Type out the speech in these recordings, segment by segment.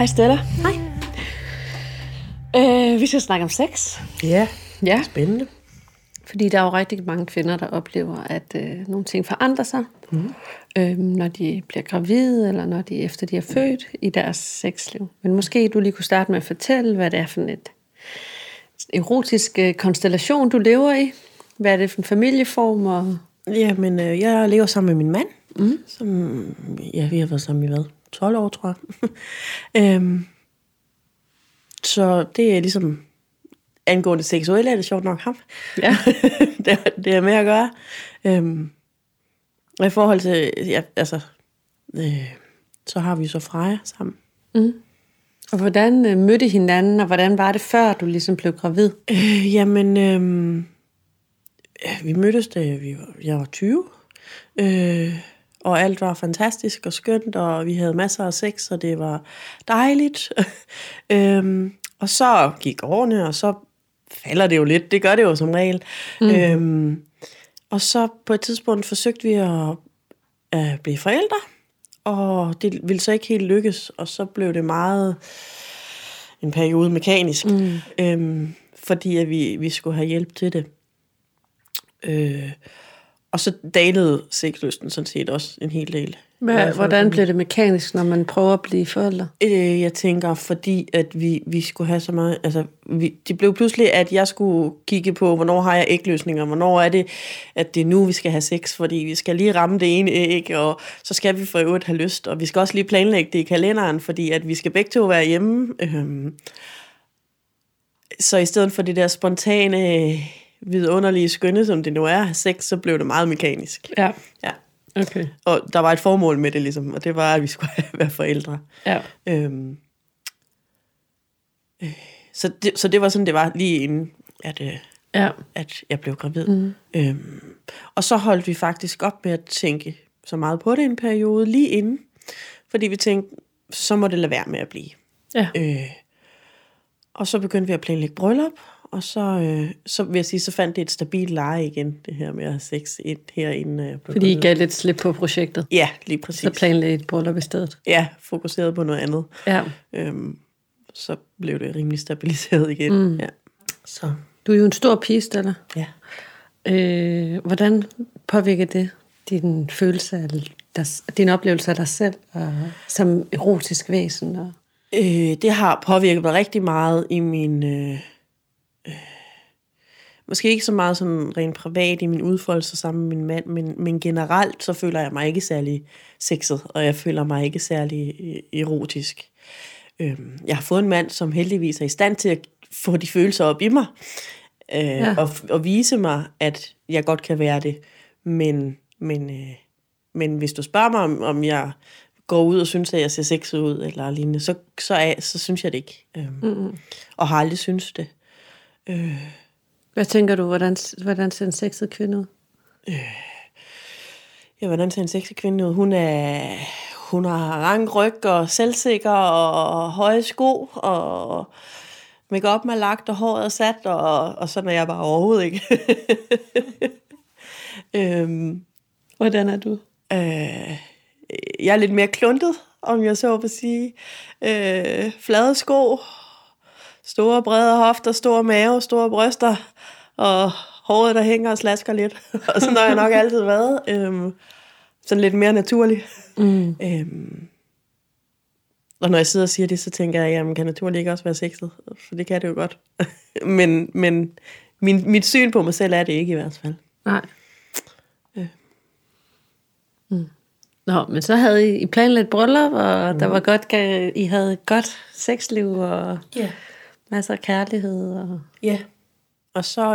Hej Stella. Hej. Vi skal snakke om sex. Ja, Ja, spændende. fordi der er jo rigtig mange kvinder, der oplever, at nogle ting forandrer sig, når de bliver gravide, eller når de efter de er født i deres sexliv. Men måske du lige kunne starte med at fortælle, hvad det er for et erotisk konstellation, du lever i. Hvad er det for en familieform? Og... Jamen, jeg lever sammen med min mand, som vi har været sammen i 12 år, tror jeg. Så det er ligesom angående seksuelle, er det sjovt nok ham. Ja. det er med at gøre. Og i forhold til, så har vi så Freja sammen. Og hvordan mødte I hinanden, og hvordan var det før, du ligesom blev gravid? Vi mødtes, da jeg var 20. Og alt var fantastisk og skønt, og vi havde masser af sex, og det var dejligt. Og så gik årene, og så falder det jo lidt. Det gør det jo som regel. Og så på et tidspunkt forsøgte vi at blive forældre, og det ville så ikke helt lykkes, og så blev det meget en periode mekanisk, fordi at vi skulle have hjælp til det. Og så dalede sexlysten sådan set også en hel del. Hvordan blev det mekanisk, når man prøver at blive forældre? Jeg tænker, fordi at vi skulle have så meget... Altså, det blev pludselig, at jeg skulle kigge på, hvornår har jeg ægløsninger, hvornår er det, at det er nu, vi skal have sex, fordi vi skal lige ramme det ene æg, og så skal vi for øvrigt have lyst, og vi skal også lige planlægge det i kalenderen, fordi at vi skal begge to være hjemme. Så i stedet for det der spontane, vidunderlige skønne, som det nu er at have sex, så blev det meget mekanisk. Ja. Ja. Okay. Og der var et formål med det, ligesom, og det var, at vi skulle være forældre. Ja. Så det var sådan, det var lige inden, at jeg blev gravid. Og så holdt vi faktisk op med at tænke så meget på det en periode, lige inden. Fordi vi tænkte, så må det lade være med at blive. Ja. Og så begyndte vi at planlægge bryllup, og så vil jeg sige, så fandt det et stabilt leje igen, det her med at have sex herinde. Fordi I gav lidt slip på projektet? Ja, lige præcis. Så planlagde et bryllup i stedet? Ja, fokuseret på noget andet. Ja. Så blev det rimelig stabiliseret igen. Ja. Så. Du er jo en stor pige, Stella. Ja. Hvordan påvirker det din følelse af din oplevelse af dig selv som erotisk væsen? Og... Det har påvirket mig rigtig meget i min... Måske ikke så meget sådan rent privat i min udfoldelse sammen med min mand, men generelt så føler jeg mig ikke særlig sexet, og jeg føler mig ikke særlig erotisk. Jeg har fået en mand, som heldigvis er i stand til at få de følelser op i mig, og vise mig, at jeg godt kan være det. Men hvis du spørger mig, om jeg går ud og synes, at jeg ser sexet ud, eller lignende, så synes jeg det ikke. Og har aldrig synes det. Hvad tænker du, hvordan ser en sexet kvinde ud? Hvordan ser en sexet kvinde ud? Hun har rank ryg og selvsikker og høje sko og make-up er lagt og håret er sat, og sådan er jeg bare overhovedet ikke. Hvordan er du? Jeg er lidt mere kluntet, om jeg så vil sige. Flade sko, store brede hofter, store mave, store bryster, og håret, der hænger og slasker lidt. Og sådan har jeg nok altid været. Sådan lidt mere naturlig. Og når jeg sidder og siger det, så tænker jeg, jamen kan naturligt ikke også være sexet? For det kan det jo godt. men mit syn på mig selv er det ikke i hvert fald. Nej. Nå, men så havde I planlagt bryllup, og der var godt, I havde et godt sexliv, og masser af kærlighed. Og... Ja, og så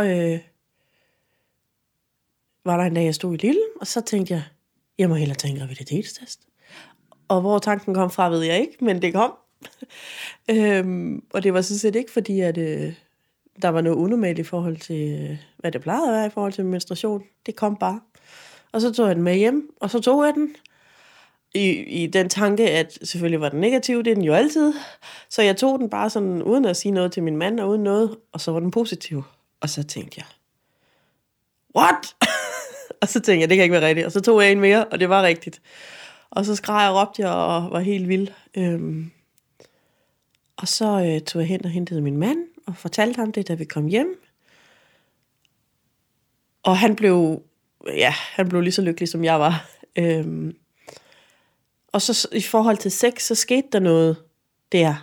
var der en dag, jeg stod i Lille, og så tænkte jeg må hellere tage en graviditetstest. Og hvor tanken kom fra, ved jeg ikke, men det kom. Og det var sådan set ikke, fordi at, der var noget unormalt i forhold til, hvad det plejede at være i forhold til menstruation. Det kom bare. Og så tog jeg den med hjem, og så tog jeg den. I den tanke, at selvfølgelig var den negativ, det er den jo altid. Så jeg tog den bare sådan, uden at sige noget til min mand, og uden noget, og så var den positiv. Og så tænkte jeg, what? Og så tænkte jeg, det kan ikke være rigtigt. Og så tog jeg en mere, og det var rigtigt. Og så skreg jeg og råbte jeg, og var helt vild. Og så tog jeg hen og hentede min mand, og fortalte ham det, da vi kom hjem. Og han blev lige så lykkelig, som jeg var. Og så i forhold til sex, så skete der noget der.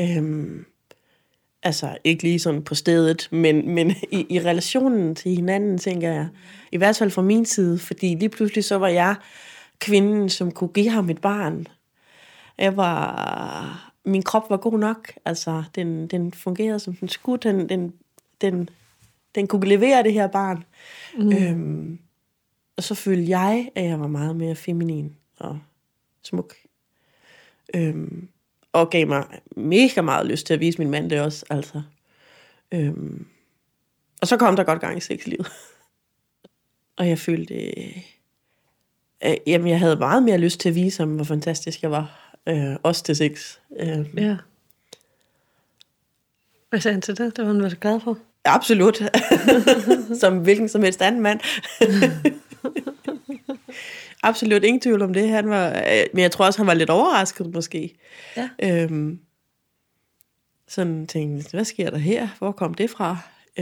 Altså ikke lige sådan på stedet, men i relationen til hinanden, tænker jeg. I hvert fald fra min side, fordi lige pludselig så var jeg kvinden, som kunne give ham et barn. Min krop var god nok, altså den fungerede som den skulle, den kunne levere det her barn. Og så følte jeg, at jeg var meget mere feminin og smuk. Og gav mig mega meget lyst til at vise min mand det også, altså. Og så kom der godt gang i sexlivet. Og jeg følte, jeg havde meget mere lyst til at vise ham, hvor fantastisk jeg var. Også til sex. Ja. Hvad sagde han til det? Det var han vel glad for? Absolut. Som hvilken som helst anden mand. Absolut ingen tvivl om det. Han var, men jeg tror også, han var lidt overrasket måske. Ja. Sådan tænkte, hvad sker der her? Hvor kom det fra?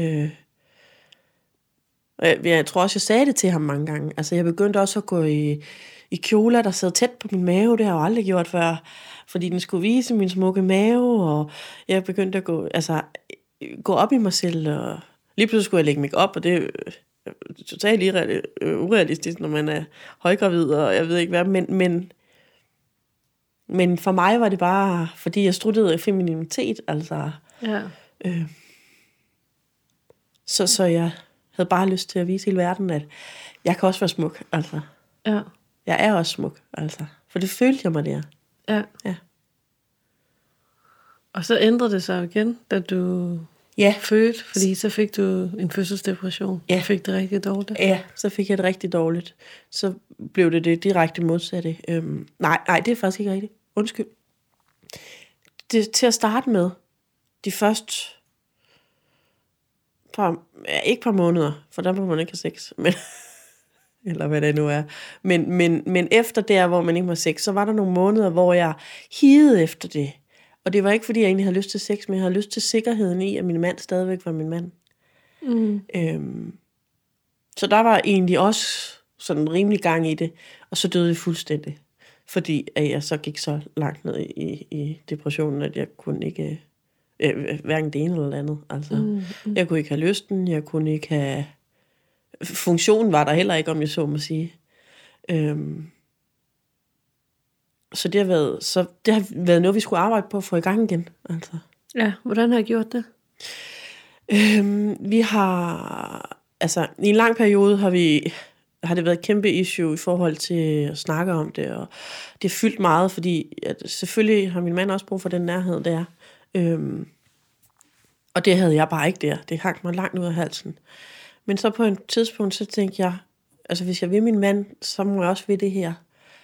Jeg tror også, jeg sagde det til ham mange gange. Altså, jeg begyndte også at gå i kjoler, der sad tæt på min mave. Det har jeg jo aldrig gjort før, fordi den skulle vise min smukke mave. Og jeg begyndte at gå op i mig selv. Og lige pludselig skulle jeg lægge mig op, og det er totalt urealistisk, når man er højgravid, og jeg ved ikke hvad. Men for mig var det bare, fordi jeg struttede af femininitet, altså. Ja. Så jeg havde bare lyst til at vise hele verden, at jeg kan også være smuk, altså. Ja. Jeg er også smuk, altså. For det følte jeg mig der. Ja. Og så ændrede det sig igen, da du fødte, fordi så fik du en fødselsdepression. Ja. Du fik det rigtig dårligt. Ja, så fik jeg det rigtig dårligt. Så blev det direkte modsatte. Nej, det er faktisk ikke rigtigt. Undskyld. Det, til at starte med, de første ikke par måneder, for der må man ikke have sex, men, eller hvad det nu er. Men efter der, hvor man ikke må have sex, så var der nogle måneder, hvor jeg higede efter det. Og det var ikke, fordi jeg egentlig havde lyst til sex, men jeg havde lyst til sikkerheden i, at min mand stadigvæk var min mand. Så der var egentlig også sådan en rimelig gang i det, og så døde jeg fuldstændig. Fordi at jeg så gik så langt ned i depressionen, at jeg kunne ikke, hverken det ene eller det andet. Altså, jeg kunne ikke have lysten, jeg kunne ikke have, funktionen var der heller ikke, om jeg så må sige. Så det har været noget, vi skulle arbejde på at få i gang igen. Altså. Ja, hvordan har I gjort det? Vi har, altså i en lang periode har det været et kæmpe issue i forhold til at snakke om det, og det har fyldt meget, fordi at selvfølgelig har min mand også brug for den nærhed, der. Og det havde jeg bare ikke der. Det hang mig langt ud af halsen. Men så på et tidspunkt, så tænkte jeg, altså hvis jeg vil min mand, så må jeg også ved det her.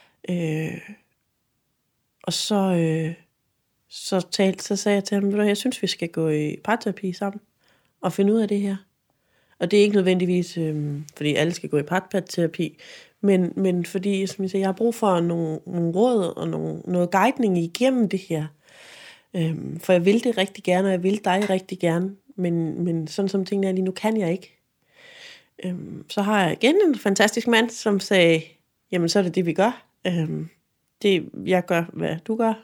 Og så sagde jeg til ham, jeg synes, vi skal gå i parterapi sammen og finde ud af det her. Og det er ikke nødvendigvis, fordi alle skal gå i parterapi, men fordi, som jeg siger, jeg har brug for nogle råd og noget guidning igennem det her. For jeg vil det rigtig gerne, og jeg vil dig rigtig gerne, men sådan som tingene er lige nu, kan jeg ikke. Så har jeg igen en fantastisk mand, som sagde, jamen så er det, vi gør. Jeg gør, hvad du gør.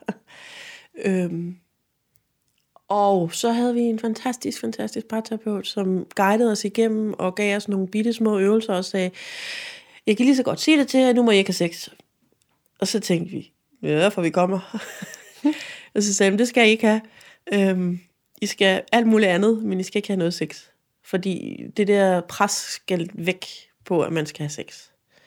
Og så havde vi en fantastisk parterapeut, som guidede os igennem og gav os nogle bitte små øvelser og sagde, jeg kan lige så godt sige det til jer, nu må I ikke have sex. Og så tænkte vi, ja, for vi kommer. Og så sagde han, det skal I ikke have. I skal alt muligt andet, men I skal ikke have noget sex. Fordi det der pres skal væk på, at man skal have sex.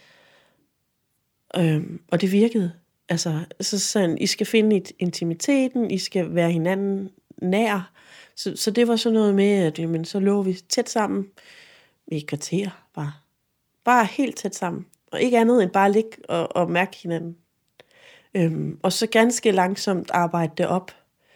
Og det virkede. Altså, så sådan, I skal finde intimiteten, I skal være hinanden nær. Så det var sådan noget med, at jamen, så lå vi tæt sammen i et kvarter. Bare helt tæt sammen. Og ikke andet end bare ligge og mærke hinanden. Og så ganske langsomt arbejde det op.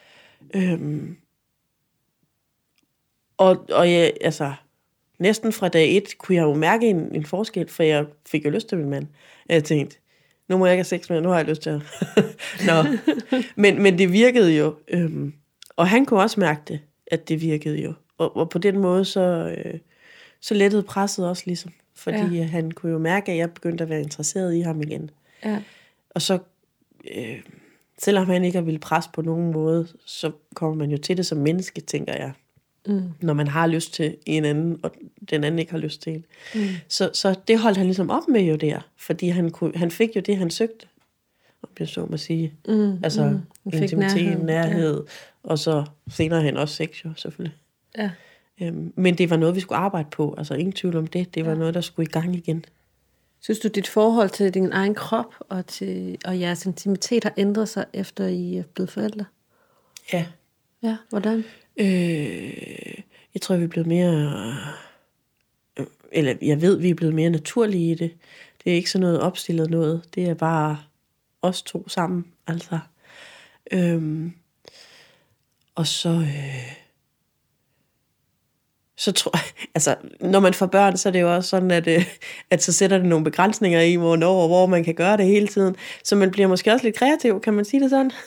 Og jeg, altså, næsten fra dag 1 kunne jeg jo mærke en forskel, for jeg fik jo lyst til min mand. Jeg tænkte, nu må jeg ikke have sex mere, nu har jeg lyst til at... Nå. Men det virkede jo. Og han kunne også mærke det, at det virkede jo. Og på den måde, så lettede presset også ligesom. Fordi han kunne jo mærke, at jeg begyndte at være interesseret i ham igen. Ja. Og så, selvom han ikke har ville presse på nogen måde, så kommer man jo til det som menneske, tænker jeg. Når man har lyst til en anden, og den anden ikke har lyst til en. Så det holdt han ligesom op med jo der. Fordi han fik jo det, han søgte. Om jeg så må sige. Altså intimitet, nærhed. Og så senere hen også sex jo, selvfølgelig. Ja. Men det var noget, vi skulle arbejde på. Altså ingen tvivl om det. Det var noget, der skulle i gang igen. Synes du, dit forhold til din egen krop og jeres intimitet har ændret sig, efter I er blevet forældre? Ja. Ja, hvordan? Jeg tror, vi er blevet mere... Eller jeg ved, vi er blevet mere naturlige i det. Det er ikke sådan noget opstillet noget. Det er bare os to sammen. Altså. Og så tror jeg, altså, når man får børn, så er det jo også sådan, at så sætter det nogle begrænsninger i, hvor man kan gøre det hele tiden. Så man bliver måske også lidt kreativ, kan man sige det sådan?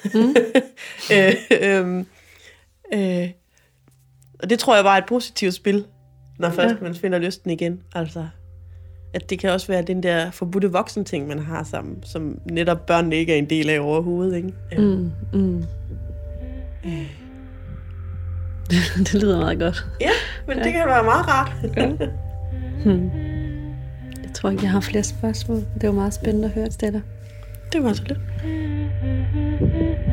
Og det tror jeg bare er et positivt spil, når først man finder lysten igen. Altså, at det kan også være den der forbudte voksen-ting, man har sammen, som netop børnene ikke er en del af overhovedet, ikke? Det lyder meget godt. Ja, men det kan være meget rart. Jeg tror ikke, jeg har flere spørgsmål. Det var meget spændende at høre til dig. Det var så lidt.